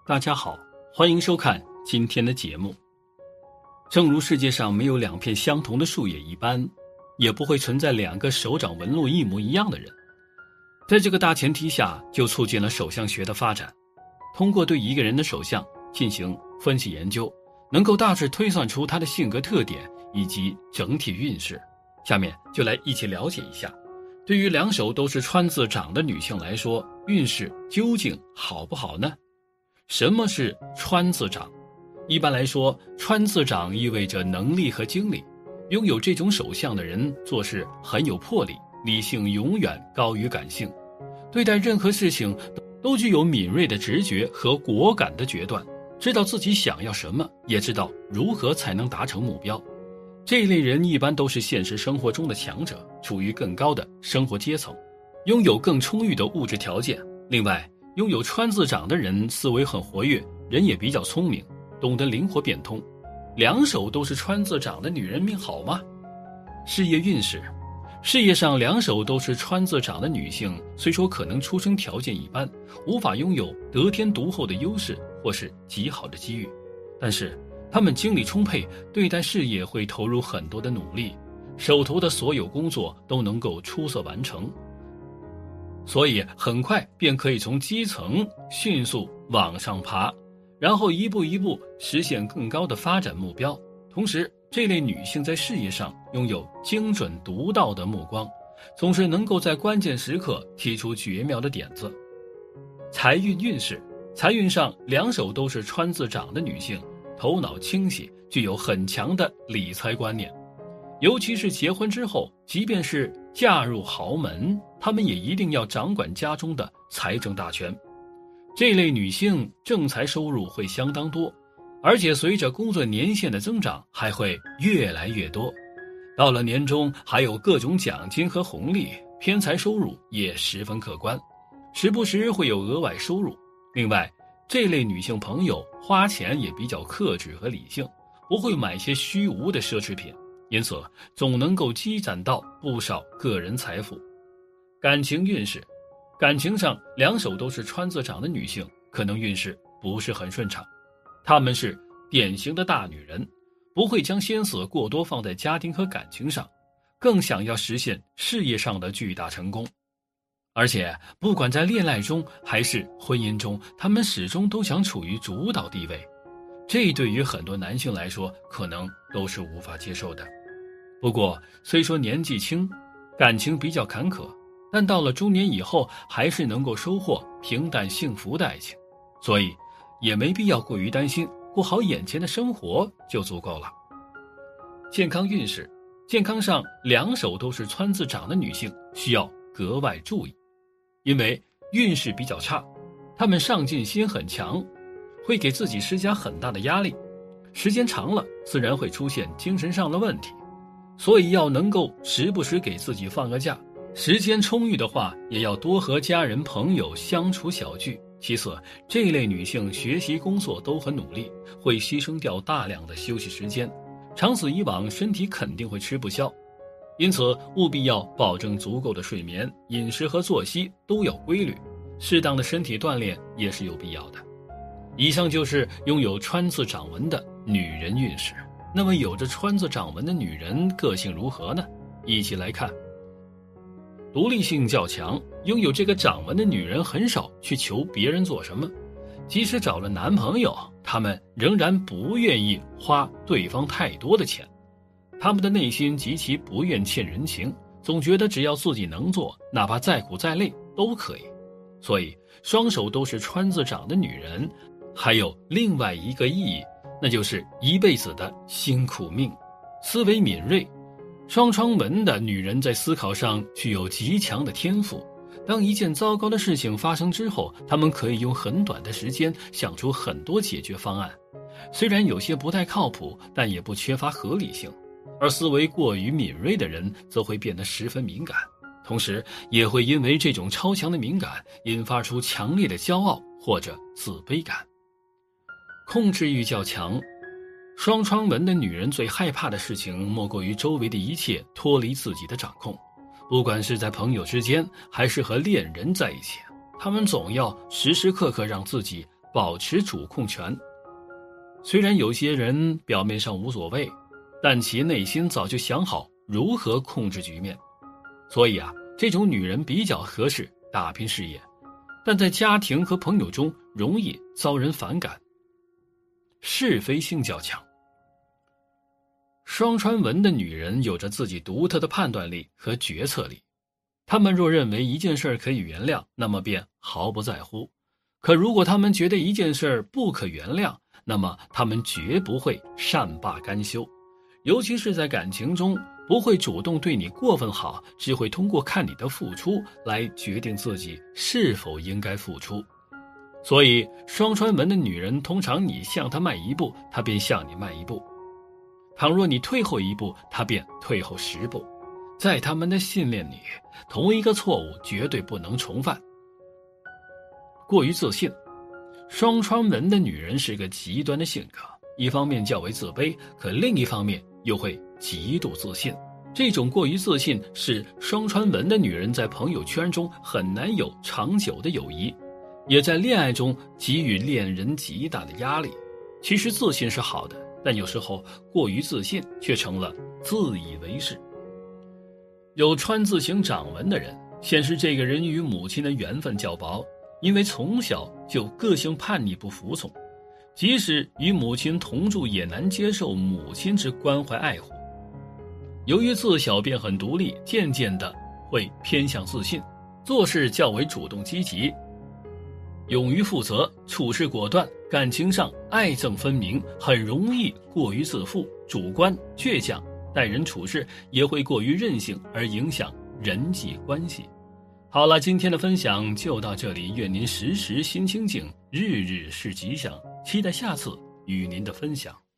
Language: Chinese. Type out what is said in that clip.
大家好，欢迎收看今天的节目。正如世界上没有两片相同的树叶一般，也不会存在两个手掌纹路一模一样的人。在这个大前提下，就促进了手相学的发展。通过对一个人的手相进行分析研究，能够大致推算出他的性格特点以及整体运势。下面就来一起了解一下，对于两手都是川字掌的女性来说，运势究竟好不好呢？什么是川字掌？一般来说，川字掌意味着能力和精力。拥有这种手相的人做事很有魄力，理性永远高于感性，对待任何事情都具有敏锐的直觉和果敢的决断，知道自己想要什么，也知道如何才能达成目标。这一类人一般都是现实生活中的强者，处于更高的生活阶层，拥有更充裕的物质条件。另外，拥有川字掌的人思维很活跃，人也比较聪明，懂得灵活变通。两手都是川字掌的女人命好吗？事业运势，事业上两手都是川字掌的女性，虽说可能出生条件一般，无法拥有得天独厚的优势或是极好的机遇，但是她们精力充沛，对待事业会投入很多的努力，手头的所有工作都能够出色完成，所以很快便可以从基层迅速往上爬，然后一步一步实现更高的发展目标。同时，这类女性在事业上拥有精准独到的目光，总是能够在关键时刻提出绝妙的点子。财运运势，财运上两手都是川字掌的女性，头脑清晰，具有很强的理财观念，尤其是结婚之后，即便是嫁入豪门，她们也一定要掌管家中的财政大权。这类女性正财收入会相当多，而且随着工作年限的增长还会越来越多。到了年终还有各种奖金和红利，偏财收入也十分可观，时不时会有额外收入。另外，这类女性朋友花钱也比较克制和理性，不会买些虚无的奢侈品，因此总能够积攒到不少个人财富。感情运势，感情上两手都是川字掌的女性可能运势不是很顺畅，她们是典型的大女人，不会将心思过多放在家庭和感情上，更想要实现事业上的巨大成功。而且不管在恋爱中还是婚姻中，她们始终都想处于主导地位，这对于很多男性来说可能都是无法接受的。不过虽说年纪轻，感情比较坎坷，但到了中年以后还是能够收获平淡幸福的爱情，所以也没必要过于担心，过好眼前的生活就足够了。健康运势，健康上两手都是川字掌的女性需要格外注意，因为运势比较差，她们上进心很强，会给自己施加很大的压力，时间长了自然会出现精神上的问题，所以要能够时不时给自己放个假，时间充裕的话也要多和家人朋友相处小聚。其次，这类女性学习工作都很努力，会牺牲掉大量的休息时间，长此以往身体肯定会吃不消，因此务必要保证足够的睡眠，饮食和作息都要规律，适当的身体锻炼也是有必要的。以上就是拥有川字掌纹的女人运势。那么有着川字掌纹的女人个性如何呢？一起来看。独立性较强，拥有这个掌纹的女人很少去求别人做什么，即使找了男朋友，她们仍然不愿意花对方太多的钱。她们的内心极其不愿欠人情，总觉得只要自己能做，哪怕再苦再累都可以。所以双手都是川字掌的女人还有另外一个意义，那就是一辈子的辛苦命。思维敏锐，双窗纹的女人在思考上具有极强的天赋，当一件糟糕的事情发生之后，她们可以用很短的时间想出很多解决方案，虽然有些不太靠谱，但也不缺乏合理性。而思维过于敏锐的人则会变得十分敏感，同时也会因为这种超强的敏感引发出强烈的骄傲或者自卑感。控制欲较强，双窗纹的女人最害怕的事情莫过于周围的一切脱离自己的掌控，不管是在朋友之间还是和恋人在一起，她们总要时时刻刻让自己保持主控权。虽然有些人表面上无所谓，但其内心早就想好如何控制局面。所以这种女人比较合适打拼事业，但在家庭和朋友中容易遭人反感。是非性较强。双川文的女人有着自己独特的判断力和决策力，她们若认为一件事可以原谅，那么便毫不在乎；可如果她们觉得一件事不可原谅，那么她们绝不会善罢甘休。尤其是在感情中，不会主动对你过分好，只会通过看你的付出来决定自己是否应该付出。所以双川文的女人通常你向她迈一步，她便向你迈一步；倘若你退后一步，她便退后10步。在他们的信念里，同一个错误绝对不能重犯。过于自信。双川文的女人是个极端的性格，一方面较为自卑，可另一方面又会极度自信。这种过于自信使双川文的女人在朋友圈中很难有长久的友谊，也在恋爱中给予恋人极大的压力。其实自信是好的，但有时候过于自信却成了自以为是。有川字形掌纹的人，显示这个人与母亲的缘分较薄，因为从小就个性叛逆不服从，即使与母亲同住也难接受母亲之关怀爱护。由于自小便很独立，渐渐的会偏向自信，做事较为主动积极，勇于负责，处事果断，感情上爱憎分明，很容易过于自负、主观、倔强，待人处事也会过于任性，而影响人际关系。好了，今天的分享就到这里，愿您时时心清静，日日是吉祥，期待下次与您的分享。